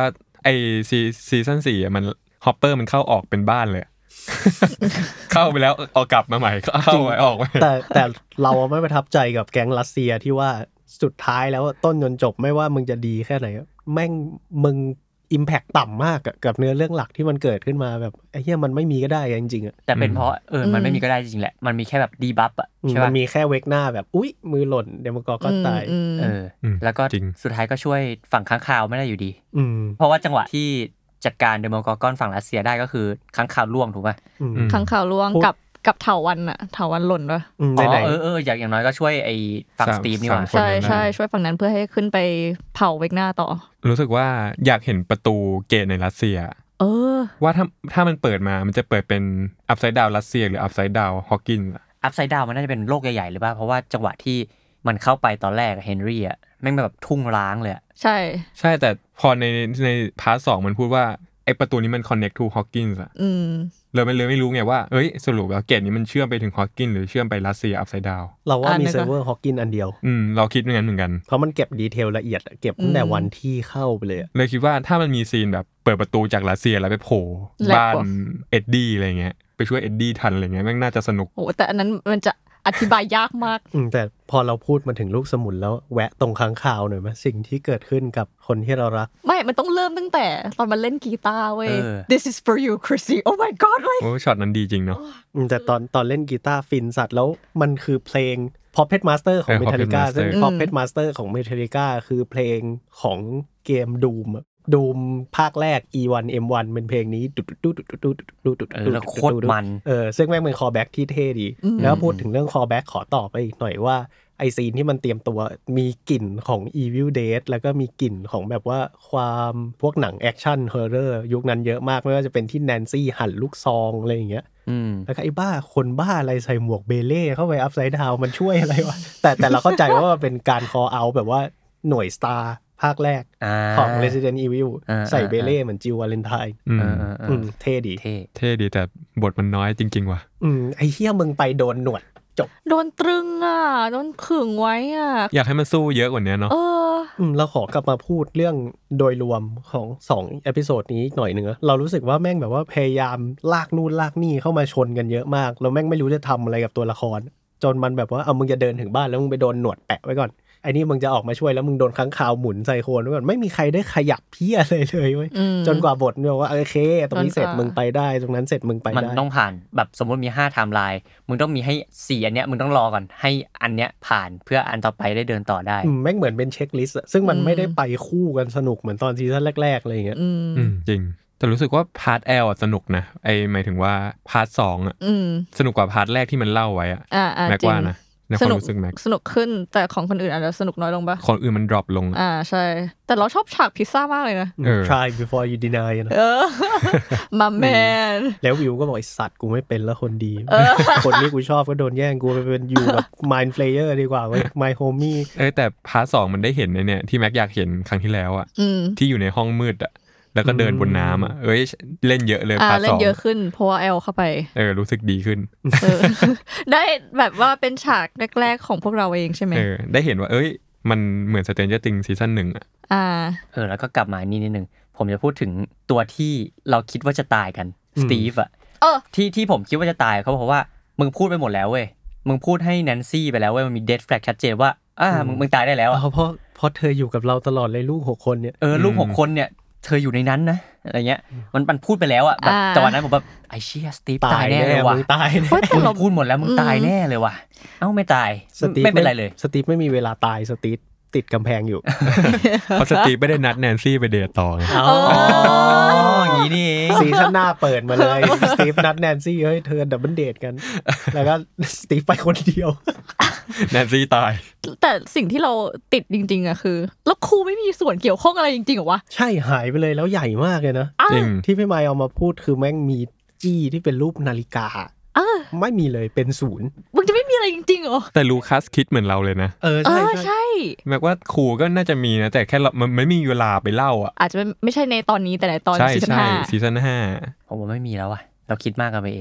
H: ไอซีซั่น4อ่ะมันฮอปเปอร์มันเข้าออกเป็นบ้านเลย เข้าไปแล้วเอากลับมาใหม่เข้าไปออกไป
F: แต่เราไม่ประทับใจกับแก๊งรัสเซียที่ว่าสุดท้ายแล้วต้นจนจบไม่ว่ามึงจะดีแค่ไหนแม่งมึงอิมแพคต่ำมากกับเนื้อเรื่องหลักที่มันเกิดขึ้นมาแบบไอ้เหี้ยมันไม่มีก็ได้จริงๆอ่ะ
G: แต่เป็นเพราะมันไม่มีก็ได้จริงๆแหละมันมีแค่แบบดีบัฟอ่ะใช่ป่ะ
F: มันมีแค่เวกหน้าแบบอุ๊ยมือหล่นเดโมกอร์ก็ตาย
G: แล้วก็สุดท้ายก็ช่วยฝั่งค้างคาวไม่ได้อยู่ดีเพราะว่าจังหวะที่จัดการเดโมกอร์กอนฝั่งรัสเซียได้ก็คือค้างคาวล่วงถูกป่ะ
B: ค้างคาวล่วงกับเถาวัลย์น่ะเถาวัลย์หล่นด้วย
G: อย่างน้อยก็ช่วยไอ้ฝั่งสตีฟนี่หว่า
B: ใช่ช่วยฝั่งนั้นเพื่อให้ขึ้นไปเผาเวกหน้าต่อ
H: รู้สึกว่าอยากเห็นประตูเกตในรัสเซียว่าถ้ามันเปิดมามันจะเปิดเป็นอัพไซด์ดาวรัสเซียหรืออัพไซด์ดาวฮอกกิน
G: อัพไซด์ดาวมันน่าจะเป็นโลกใหญ่ๆหรือเปล่าเพราะว่าจังหวะที่มันเข้าไปตอนแรกเฮนรี่อ่ะแม่งแบบทุ่งร้างเลย
B: ใช่
H: แต่พอในพาร์ท2มันพูดว่าไอประตูนี้มัน connect to Hawkins อ่ะเลยไม่รู้ไงว่าสรุปแล้วเกตนี้มันเชื่อมไปถึง Hawkins หรือเชื่อมไปรัสเซีย upside down
F: เราว่ามีเซิร์ฟเวอร์ Hawkins อันเดียว
H: เราคิดอย่างนั้นเหมือนกัน
F: เพราะมันเก็บดีเทลละเอียดเก็บตั้งแต่วันที่เข้าไปเลย
H: คิดว่าถ้ามันมีซีนแบบเปิดประตูจากรัสเซียแล้วไปโผล่บ้านเอ็ดดี้อะไรเงี้ยไปช่วยเอ็ดดี้ทันอะไรเงี้ยแม่งน่าจะสนุก
B: แต่อันนั้นมันจะอธิบายยากมาก
F: แต่พอเราพูดมาถึงลูกสมุนแล้วแวะตรงค้างคาวหน่อยมั้ยสิ่งที่เกิดขึ้นกับคนที่เรารัก
B: ไม่มันต้องเริ่มตั้งแต่ตอนมันเล่นกีตาร์เว้ย This is for you Chrissy oh my god
H: โอ้ช็อตนั้นดีจริงเนาะ
F: แต่ตอนเล่นกีตาร์ฟินสัตว์แล้วมันคือเพลง Puppet Master ของ Metallica ซึ่ง Puppet Master ของ Metallica คือเพลงของเกม Doom ภาคแรก E1 M1 เป็นเพลงนี้
G: แล้วโคตรมัน
F: ซึ่งแม่งเป็นคอแบ็กที่เท่ดีแล้วพูดถึงเรื่องคอแบ็กขอต่อไปอีกหน่อยว่าไอซีนที่มันเตรียมตัวมีกลิ่นของ Evil Dead แล้วก็มีกลิ่นของแบบว่าความพวกหนังแอคชั่นฮอร์เรอร์ยุคนั้นเยอะมากไม่ว่าจะเป็นที่แนนซี่หั่นลูกซองอะไรอย่างเงี้ยแล้วก็ไอ้บ้าคนบ้าอะไรใส่หมวกเบเล่เข้าไปอัพไซด์ดาวน์มันช่วยอะไรวะแต่เราเข้าใจว่าเป็นการคอเอาแบบว่าหน่วยสตาร์ภาคแรกของ Resident Evil ใส่เบเล่เหมือนจิววาเลนไทน์เท่ดี
H: แต่บทมันน้อยจริงๆว่ะ
F: ไอ้เหี้ยมึงไปโดนหนวดจบ
B: โดนตรึงอ่ะโดนขึงไว้อ่ะ
H: อยากให้มันสู้เยอะกว่านี้เนาะ
F: เราขอกลับมาพูดเรื่องโดยรวมของ2เอพิโซดนี้หน่อยนึงเรารู้สึกว่าแม่งแบบว่าพยายามลากนู่นลากนี่เข้ามาชนกันเยอะมากแล้วแม่งไม่รู้จะทำอะไรกับตัวละครจนมันแบบว่ามึงจะเดินถึงบ้านแล้วมึงไปโดนหนวดแปะไว้ก่อนไอ้นี่มึงจะออกมาช่วยแล้วมึงโดนค้างคาวหมุนใส่โคนไว้ก่อนไม่มีใครได้ขยับเพี้ยเลยเว้ยจนกว่าบทมันบอกว่าโอเคตรงนี้เสร็จมึงไปได้ตรงนั้นเสร็จมึงไปได้
G: มันต้องผ่านแบบสมมติมี5ไทม์ไลน์มึงต้องมีให้4อันเนี้ยมึงต้องรอก่อนให้อันเนี้ยผ่านเพื่ออันต่อไปได้เดินต่อได้
F: แม่งเหมือนเป็นเช็คลิสต์ซึ่งมันไม่ได้ไปคู่กันสนุกเหมือนตอนซีซั่นแรกๆอะไรอย่างเงี้ย
H: จริงแต่รู้สึกว่าพาร์ท L สนุกนะหมายถึงว่าพาร์ท2อ่ะสนุกกว่าพาร์ทแรกที่มันเล่าไว้อ่ะแม็กว่านะ
B: สนุกขึ้นแต่ของคนอื่นอาจจะสนุกน้อยลงป่ะ
H: คนอื่นมันดรอปลง
B: ใช่แต่เราชอบฉากพิซซ่ามากเลยนะ
F: try before you deny นะ
B: มาแมน
F: แล้ววิวก็บอกไอ้สัตว์กูไม่เป็นแล้วคนดีคนนี้กูชอบก็โดนแย่งกูไปเป็นอยู่แบบ mind flayer ดีกว่าเว้ย my homie
H: แต่พาร์ท2มันได้เห็นในเนี่ยที่แม็กอยากเห็นครั้งที่แล้วอ่ะที่อยู่ในห้องมืดอ่ะแล้วก็เดินบนน้ำอ่ะเล่นเยอะเลยพาร์ท2
B: เล่นเยอะขึ้นเพราะว่าเข้าไป
H: รู้สึกดีขึ้น
B: ได้แบบว่าเป็นฉากแรกๆของพวกเราเองใช่ไหม
H: ได้เห็นว่ามันเหมือน Stranger Things ซีซั่น1อ่ะ
G: แล้วก็กลับมานี่นิดนึงผมจะพูดถึงตัวที่เราคิดว่าจะตายกันสตีฟอ่ะที่ผมคิดว่าจะตายเขาบอกว่ามึงพูดไปหมดแล้วเว้ยมึงพูดให้แนนซี่ไปแล้วเว้ยมันมีเดธแฟลกชัดเจนว่ามึงตายได้แล้ว
F: เพราะเธออยู่กับเราตลอดเลยลูก6คนเนี่ย
G: ลูก6คนเนี่ยเธออยู่ในนั้นนะอะไรเงี้ยมันพูดไปแล้วอ่ะแบบจังหวะนั้นผมแบบไอ้เชี่ยสตีฟตายแน่เลยว่ะ
F: ตาย
G: มึงพูดหมดแล้วมึงตายแน่เลยว่ะไม่ตายไม่เป็นไรเลย
F: สตีฟไม่มีเวลาตายสตีฟติดกำแพงอยู่
H: เพราะสตีฟไม่ได้นัดแนนซี่ไปเดทต่อ
G: อย่างนี้นี่
F: ซีซั่นหน้าเปิดมาเลยสตีฟนัดแนนซี่เธอดับเบิลเดทกันแล้วก็สตีฟไปคนเดียว
H: แนนซี่ตาย
B: แต่สิ่งที่เราติดจริงๆอะคือแล้วครูไม่มีส่วนเกี่ยวข้องอะไรจริงๆเหรอวะ
F: ใช่หายไปเลยแล้วใหญ่มากเลยนะจริงที่พี่ไมค์เอามาพูดคือแม่งมีจี้ที่เป็นรูปนาฬิกาไม่มีเลยเป็น0
B: มึงจะไม่มีอะไรจริงๆเหรอ
H: แต่ลูคัสคิดเหมือนเราเลยนะ
B: ใช่
H: แม้ว่าครูก็น่าจะมีนะแต่แค่มันไม่มีเวลาไปเล่าอ่ะ
B: อาจจะไม่ใช่ในตอนนี้แต่ในตอนซีซั่น5
H: ซีซั่น5
G: ผมว่าไม่มีแล้วอ่ะเราคิดมากกันไปเองเว้ย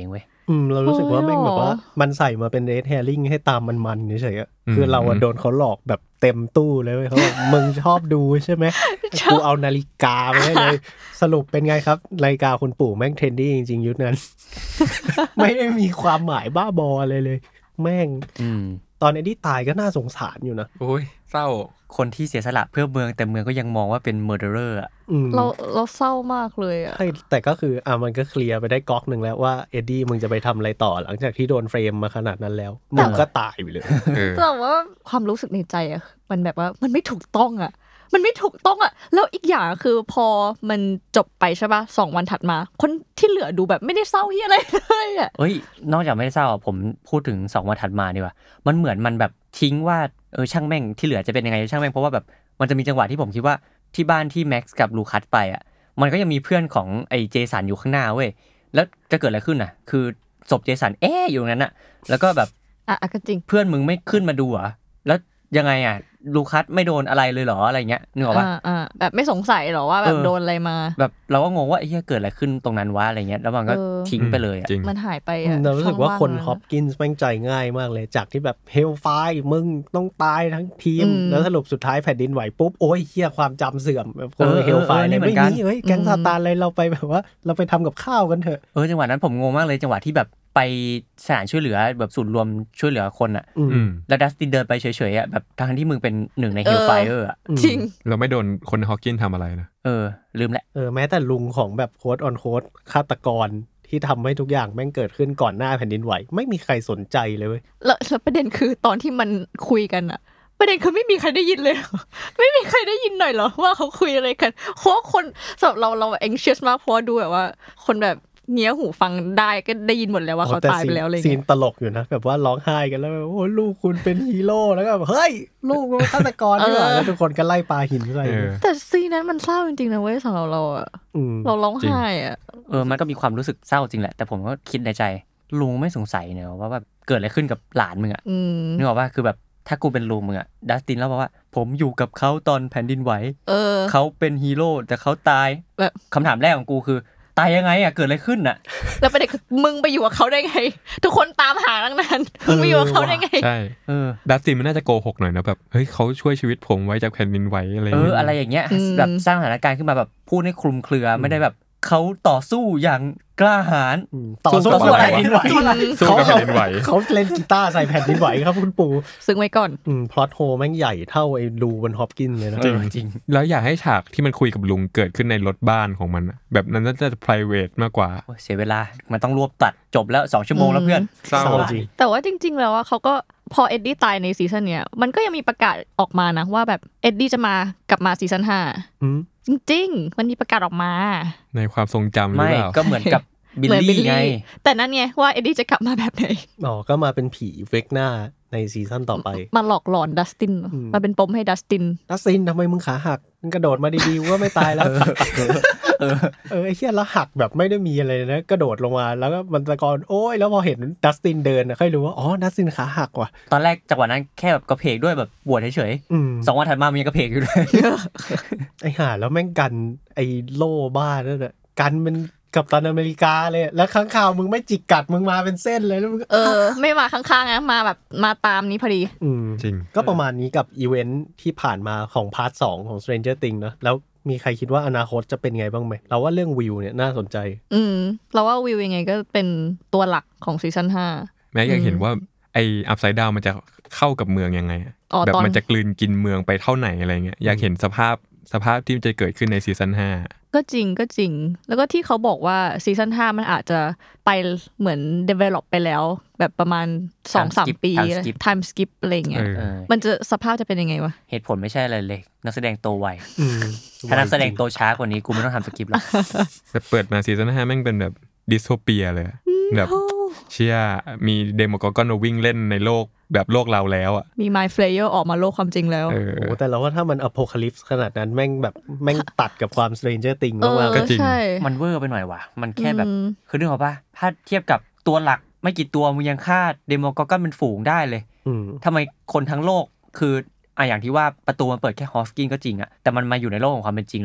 F: เรารู้สึกว่าแม่งแบบว่ามันใส่มาเป็นเรดแฮริ่งให้ตามมันๆเฉยๆคือเราโดนเขาหลอกแบบเต็มตู้เลยเขาบอกมึงชอบดูใช่ไหมกูเอานาฬิกาไปให้เลยสรุปเป็นไงครับนาฬิกาคุณปู่แม่งเทรนดี้จริงๆยุคนั้น ไม่ได้มีความหมายบ้าบออะไรเลยแม่งตอนเอ็ดดี้ตายก็น่าสงสารอยู่นะ
H: โอ้ยเศร้า
G: คนที่เสียสละเพื่อเมืองแต่เมืองก็ยังมองว่าเป็นเมอร์เดอร์อ่ะ
B: เราเศร้ามากเลยอ่ะ
F: แต่ก็คือมันก็เคลียร์ไปได้ก๊อกนึงแล้วว่าเอ็ดดี้มึงจะไปทำอะไรต่อหลังจากที่โดนเฟรมมาขนาดนั้นแล้วมึงก็ตายไปเลย
B: แต่ว่าความรู้สึกในใจอ่ะมันแบบว่ามันไม่ถูกต้องอ่ะมันไม่ถูกต้องอ่ะแล้วอีกอย่างคือพอมันจบไปใช่ป่ะ2 วันถัดมาคนที่เหลือดูแบบไม่ได้เศร้าที่อะไรเลยอ่ะ
G: นอกจากไม่ได้เศร้าผมพูดถึง2 วันถัดมาดีกว่ามันเหมือนมันแบบทิ้งว่าช่างแม่งที่เหลือจะเป็นยังไงช่างแม่งเพราะว่าแบบมันจะมีจังหวะที่ผมคิดว่าที่บ้านที่แม็กซ์กับลูคัสไปอ่ะมันก็ยังมีเพื่อนของไอ้เจสันอยู่ข้างหน้าเว้ยแล้วจะเกิดอะไรขึ้นน่ะคือศพเจสันอยู่ตรงนั้นน่ะแล้วก็แบบ
B: ก็จริง
G: เพื่อนมึงไม่ขึ้นมาดูอ่ะแล้วยังไงอ่ะลูคัสไม่โดนอะไรเลยเหรออะไรเงี้ยนึกออกป่ะ
B: แบบไม่สงสัยหรอว่าแบบโดนอะไรมา
G: แบบเราก็งงว่าไอ้เหี้ยเกิดอะไรขึ้นตรงนั้นวะอะไรเงี้ยแล้วมันก็ทิ้งไปเลยอ่ะ
B: มันหายไปอ่ะ
F: เรารู้สึกว่าคนฮอปกินส์แม่งใจง่ายมากเลยจากที่แบบเฮลไฟมึงต้องตายทั้งทีมแล้วสรุปสุดท้ายแผ่นดินไหวปุ๊บโอ้ยเหี้ยความจำเสื่อมแบบคนเฮลไฟเนี่ยไม่มีเฮ้ยแก๊งซาตานอะไรเราไปแบบว่าเราไปทำกับข้าวกันเถอะ
G: จังหวะนั้นผมงงมากเลยจังหวะที่แบบไปสถานช่วยเหลือแบบศูนย์รวมช่วยเหลือคนอ่ะแล้วดัสตินเดินไปเฉยๆอ่ะแบบทั้งที่มึงเป็นหนึ่งในเฮลไฟเออร์อ่ะ
B: จริง
H: เราไม่โดนคนฮอว์กินทำอะไรนะ
G: ลืมแหละ
F: แม้แต่ลุงของแบบโค้ดออนโค้ดฆาตกรที่ทำให้ทุกอย่างแม่งเกิดขึ้นก่อนหน้าแผ่นดินไหวไม่มีใครสนใจเลยเว้ย
B: แล้วประเด็นคือตอนที่มันคุยกันอ่ะประเด็นคือไม่มีใครได้ยินเลยไม่มีใครได้ยินหน่อยเหรอว่าเขาคุยอะไรกันเพราะคนสำหรับเรา anxious มากเพราะดูแบบว่าคนแบบเงี้ยหูฟังได้ก็ได้ยินหมดแล้วว่าเขาตายไปแล้วอะไรเงี้ย
F: ซีนตลกอยู่นะแบบว่าร้องไห้กันแล้วโอ้ลูกคุณเป็นฮีโร่แล้วก็เฮ้ยลูกฆาตกรนี่หว่าแล้วทุกคนก็ไล่ปาหินใส่
B: แต่ซีนนั้นมันเศร้าจริงๆนะเว้ยสำหรับเราอ่ะเราร้องไห้อ่ะ
G: มันก็มีความรู้สึกเศร้าจริงแหละแต่ผมก็คิดในใจลุงไม่สงสัยเนอะว่าแบบเกิดอะไรขึ้นกับหลานมึงอ่ะนึกออกป่ะคือแบบถ้ากูเป็นลุงมึงอ่ะดัสตินแล้วบอกว่าผมอยู่กับเขาตอนแผ่นดินไหวเขาเป็นฮีโร่แต่เขาตายแบบคำถามแรกของกูคือตายยังไงอ่ะเกิดอะไรขึ้นน่ะ
B: แล้วประเด็นคือมึงไปอยู่กับเขาได้ไงทุกคนตามหาตั้งนานมึงไปอยู่กับเขาได้ไง
H: ใช่ดัสตินมันน่าจะโกหกหน่อยนะแบบเฮ้ยเขาช่วยชีวิตผมไว้จากแผ่นดินไหวอะไร
G: อะไรอย่างเงี้ยแบบสร้างสถานการณ์ขึ้นมาแบบพูดให้คลุมเครือไม่ได้แบบเขาต่อสู้อย่างกล้าหาญ
F: ต่อสู้กับแผ่นดินไหว
H: สู้กับแผ่นดินไหว
F: เขาเล่นกีตาร์ใส่แผ่นดินไหวครับคุณปู่
B: ซึ่งไว้ก่อน
F: พล็อตโฮแม่งใหญ่เท่าไอ้รูบนฮอปกินเลยนะ
H: จริงแล้วอยากให้ฉากที่มันคุยกับลุงเกิดขึ้นในรถบ้านของมันแบบนั้นน่าจะ private มากกว่า
G: เสียเวลามันต้องรวบตัดจบแล้ว2 ชั่วโมงแล้วเพื่อน
H: เศร้าจริง
B: แต่ว่าจริงๆแล้วเขาก็พอเอ็ดดี้ตายในซีซั่นเนี้ยมันก็ยังมีประกาศออกมานะว่าแบบเอ็ดดี้จะกลับมาซีซั่น5จริงๆมันมีประกาศออกมา
H: ในความทรงจำหรือเปล่า
G: ก็เหมือนกับบิลลี่ไง
B: แต่นั่นไงว่าเอ็ดดี้จะกลับมาแบบไหน
F: ก็มาเป็นผีเวกหน้าในซีซั่นต่อไป
B: มาหลอกหลอนดัสตินมาเป็นปมให้ดัสติน
F: ทำไมมึงขาหักมึงกระโดดมาดีๆว่าไม่ตายแล้วไอ้เหี้ยแล้วหักแบบไม่ได้มีอะไรนะกระโดดลงมาแล้วก็มันตะกอนโอ้ยแล้วพอเห็นดัสตินเดินค่อยรู้ว่าอ๋อดัสตินขาหักว่ะ
G: ตอนแรกจังหวะนั้นแค่แบบกระเพกด้วยแบบบวชเฉยๆ2 วันถัดมามีกระเพกอยู่เลย
F: ไอ้ห่าแล้วแม่งกันไอ้โล่บ้านั่นน่ะกันมันกับตันอเมริกาเลยแล้วข้างข่าวมึงไม่จิกกัดมึงมาเป็นเส้นเลยแล้วมึง
B: ไม่มาข้างๆนะมาแบบมาตามนี้พอดี
F: จริงก็ประมาณนี้กับอีเวนท์ที่ผ่านมาของพาร์ท2ของ Stranger Things เนอะแล้วมีใครคิดว่าอนาคตจะเป็นไงบ้างไหมเราว่าเรื่องวิวเนี่ยน่าสนใจ
B: เราว่าวิวยังไงก็เป็นตัวหลักของซีซั่น5
H: แม้อยากเห็นว่าไอ้อัพไซด์ดาวมันจะเข้ากับเมืองยังไงแบบมันจะกลืนกินเมืองไปเท่าไหนอะไรเงี้ยอยากเห็นสภาพที่จะเกิดขึ้นในซีซั่น5
B: ก็จริงแล้วก็ที่เขาบอกว่าซีซั่น5มันอาจจะไปเหมือน develop ไปแล้วแบบประมาณ 2-3 ปี time skip อะไรเงี้ยมันจะสภาพจะเป็นยังไงวะ
G: เหตุผลไม่ใช่อะไรเลยนักแสดงโตไวถ้านักแสดงโตช้ากว่านี้กูไม่ต้องทำสคริปต์หรอก
H: แต่เปิดมาซีซั่น5แม่งเป็นแบบดิสโทเปียเลยแบบเชี่ยมีเดโมกอร์กอนวิ่งเล่นในโลกแบบโลกเราแล้วอ่ะ
B: มี My Slayer ออกมาโลกความจริงแล้ว
F: แต่เราว่าถ้ามันอโพคาลิปส์ขนาดนั้นแม่งตัดกับความ Stranger Things มาก
H: ๆก็จริง
G: มันเวอร์ไปหน่อยว่ะมันแค่แบบคือนึกออกป่ะถ้าเทียบกับตัวหลักไม่กี่ตัวมึงยังฆ่าเดโมกอร์กอนเป็นฝูงได้เลยทำไมคนทั้งโลกคืออย่างที่ว่าประตูมันเปิดแค่ฮอสกินก็จริงอ่ะแต่มันมาอยู่ในโลกของความเป็นจริงแล้วอ่ะ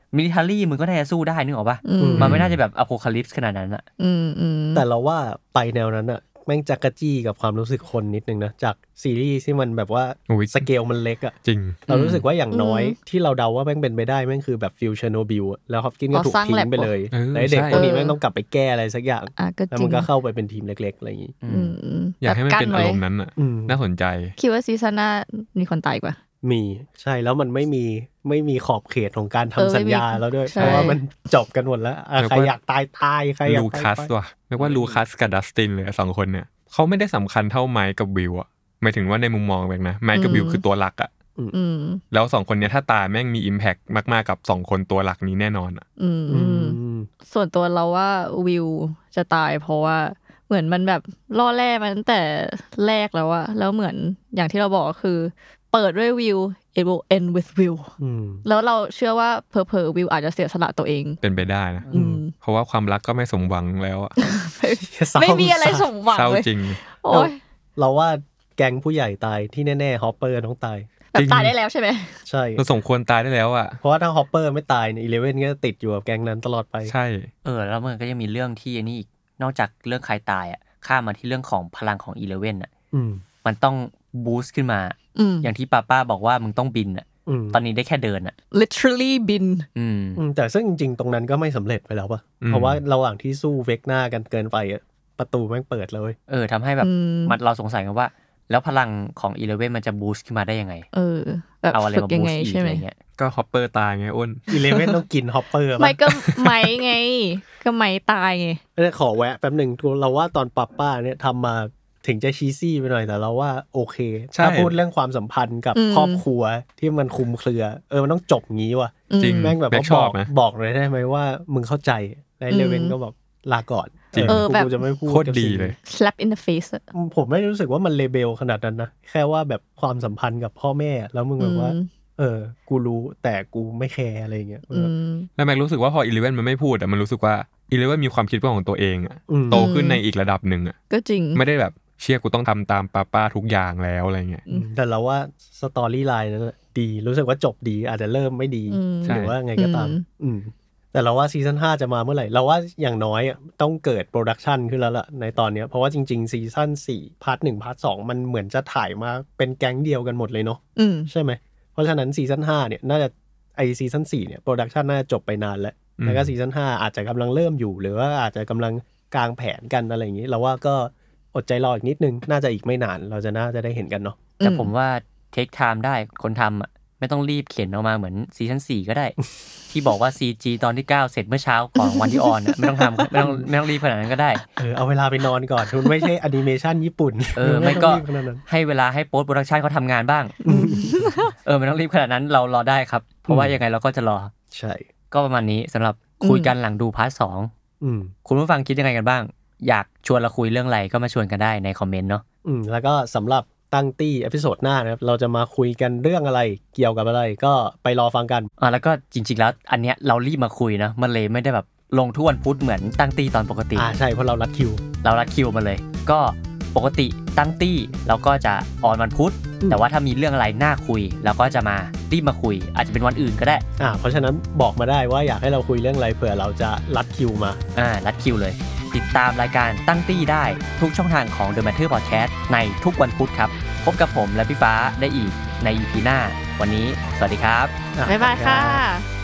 G: มิลิเทอรี่มึงก็น่าจะสู้ได้นึกออกป่ะมันไม่น่าจะแบบอโพคาลิปส์ขนาดนั้นอ่ะ
F: แต่เราว่าไปแนวนั้นอ่ะแม่งจักรจี้กับความรู้สึกคนนิดนึงนะจากซีรีส์ที่มันแบบว่าสเกลมันเล็กอ่ะ
H: จริง
F: เรารู้สึกว่าอย่างน้อยที่เราเดาว่าแม่งเป็นไปได้แม่งคือแบบฟิวเชอร์โนบิลแล้วฮอปกินก็ถูกทิ้งไปเลยแล้วเด็กพวกนี้แม่งต้องกลับไปแก้อะไรสักอย่างแล้วมันก็เข้าไปเป็นทีมเล็กๆอะไรอย่างงี้
H: อยากให้มันเป็นอารมณ์นั้นอ่ะน่าสนใจ
B: คิดว่าซีซั่นหน้ามีคนตายป่ะ
F: มีใช่แล้วมันไม่มีขอบเขตของการทำสัญญาแล้วด้วยเพราะว่ามันจบกันหมดแล้วใครอยากตายใครอยาก
H: ลูคัสว่ะเรียกว่าลูคัสกับดัสตินเลย2คนเนี่ยเขาไม่ได้สำคัญเท่าไมค์กับวิลอ่ะหมายถึงว่าในมุมมองแบบนะไมค์กับวิลคือตัวหลักอ่ะแล้ว2คนเนี้ยถ้าตายแม่งมีอิมแพคมากๆกับ2คนตัวหลักนี้แน่นอนอ่ะ
B: ส่วนตัวเราว่าวิลจะตายเพราะว่าเหมือนมันแบบล่อแร่มาตั้งแต่แรกแล้วอะแล้วเหมือนอย่างที่เราบอกคือเปิดด้วยวิล it will end with will แล้วเราเชื่อว่าเผลอๆวิลอาจจะเสียสละตัวเอง
H: เป็นไปได้นะเพราะว่าความรักก็ไม่สมหวังแล้วอะ
B: ไม่มีอะไรสมหวังเลย
H: จริง
B: โอ้ย
F: เราว่าแก๊งผู้ใหญ่ตายที่แน่ๆฮอปเปอร์ต้องตาย
B: แบบตายได้แล้วใช่ไหม
F: ใช่
H: เราสมควรตายได้แล้วอ่ะ
F: เพราะว่าถ้าฮอปเปอร์ไม่ตายเนี่ย11ก็ติดอยู่กับแก๊งนั้นตลอดไป
H: ใช่
G: แล้วมันก็ยังมีเรื่องที่นี่อีกนอกจากเรื่องใครตายอ่ะข้ามมาที่เรื่องของพลังของ11อ่ะมันต้องบูสต์ขึ้นมาอย่างที่ป้าบอกว่ามึงต้องบินอ่ะตอนนี้ได้แค่เดินอ่ะ
B: literally บิน
F: แต่ซึ่งจริงๆตรงนั้นก็ไม่สำเร็จไปแล้วป่ะเพราะว่าระหว่างที่สู้เวกหน้ากันเกินไปประตูแม่งเปิดเลย
G: ทำให้แบบมันเราสงสัยกันว่าแล้วพลังของ11มันจะบูสต์ขึ้นมาได้ยังไง
B: แบบ
G: เอาอะไรมาบูสต์อีกอะไรเงี้ย
H: ก็ฮอปเปอร์ตายไงอ้น
F: 11ต้องกินฮอปเปอร์
B: ไม่ก็ไม่ไงก็ไม่ตายไง
F: ขอแวะแป๊บนึงเราว่าตอนป้าเนี่ยทำมาถึงจะชีซี่ไปหน่อยแต่เราว่าโอเคถ้าพูดเรื่องความสัมพันธ์กับครอบครัวที่มันคุมเครือมันต้องจบงี้ว่ะ
H: จริง
F: แม่งแบบว่าบอกเลยได้ไหมว่ามึงเข้าใจแล้วเลเว่นก็บอกลาก่อน
B: แบบ
F: จะไม่พูด
H: โคตรดีเลย
B: slap in the face
F: ผมไม่รู้สึกว่ามันเลเบลขนาดนั้นนะแค่ว่าแบบความสัมพันธ์กับพ่อแม่แล้วมึงแบบว่ากูรู้แต่กูไม่แคร์อะไรเงี้ย
H: แล้วแม็กรู้สึกว่าพอ11มันไม่พูดแต่มันรู้สึกว่า11มีความคิดของตัวเองอ่ะโตขึ้นในอีกระดับนึงอ่ะ
B: ก็จริง
H: ไม่ได้แบบเชื่อกูต้องทำตามป้าทุกอย่างแล้วอะไรเงี้ย
F: แต่เราว่าสตอรี่ไลน์นั้นดีรู้สึกว่าจบดีอาจจะเริ่มไม่ดีหรือว่าไงก็ตามแต่เราว่าซีซั่น5จะมาเมื่อไหร่เราว่าอย่างน้อยต้องเกิดโปรดักชันขึ้นแล้วล่ะในตอนนี้เพราะว่าจริงๆซีซั่น4พาร์ท1พาร์ท2มันเหมือนจะถ่ายมาเป็นแก๊งเดียวกันหมดเลยเนาะใช่ไหมเพราะฉะนั้นซีซั่น5เนี่ยน่าจะซีซั่น4เนี่ยโปรดักชันน่าจะจบไปนานแล้วก็ซีซั่น5อาจจะกำลังเริ่มอยู่หรือว่าอาจจะกำลังกางแผนกันอะไรอย่างนี้เราว่าก็อดใจรออีกนิดนึงน่าจะอีกไม่นานเราจะน่าจะได้เห็นกันเนาะ
G: แต่ผมว่าเทคไทม์ได้คนทำอ่ะไม่ต้องรีบเขียนออกมาเหมือนซีซั่น4ก็ได้ ที่บอกว่า CG ตอนที่9เสร็จเมื่อเช้าก่อนวันที่ออนไม่ต้องทำไม่ต้องรีบขนาดนั้นก็ได้
F: เอาเวลาไปนอนก่อนคุณไม่ใช่แอนิเมชันญี่ปุ่น
G: ไม่ก็ให้เวลาให้โพสต์โปรดักชันเขาทำงานบ้างไม่ต้องรีบขนาดนั้นเรารอได้ครับเพราะว่ายังไงเราก็จะรอ
F: ใช่
G: ก็ประมาณนี้สำหรับคุยกันหลังดูพาร์ท2คุณผู้ฟังคิดยังไงกันบ้างอยากชวนเราคุยเรื่องอะไรก็มาชวนกันได้ในคอมเมนต์เนาะ
F: แล้วก็สำหรับตั้งตี้เอพิโซดหน้านะครับเราจะมาคุยกันเรื่องอะไรเกี่ยวกับอะไรก็ไปรอฟังกัน
G: แล้วก็จริงๆแล้วอันเนี้ยเรารีบมาคุยนะมันเลยไม่ได้แบบลงทุกวันพุธเหมือนตั้งตี้ตอนปกติ
F: ใช่เพราะเรารัดคิว
G: มาเลยก็ปกติตั้งตี้เราก็จะออนวันพุธแต่ว่าถ้ามีเรื่องอะไรน่าคุยเราก็จะมารีบมาคุยอาจจะเป็นวันอื่นก็ได้
F: เพราะฉะนั้นบอกมาได้ว่าอยากให้เราคุยเรื่องอะไรเผื่อเราจะรัดคิวมา
G: รัดคิวเลยติดตามรายการตั้งตี้ได้ทุกช่องทางของ The Matter Podcast ในทุกวันพุธครับพบกับผมและพี่ฟ้าได้อีกใน EP หน้าวันนี้สวัสดีครับ
B: บ๊ายบายค่ะ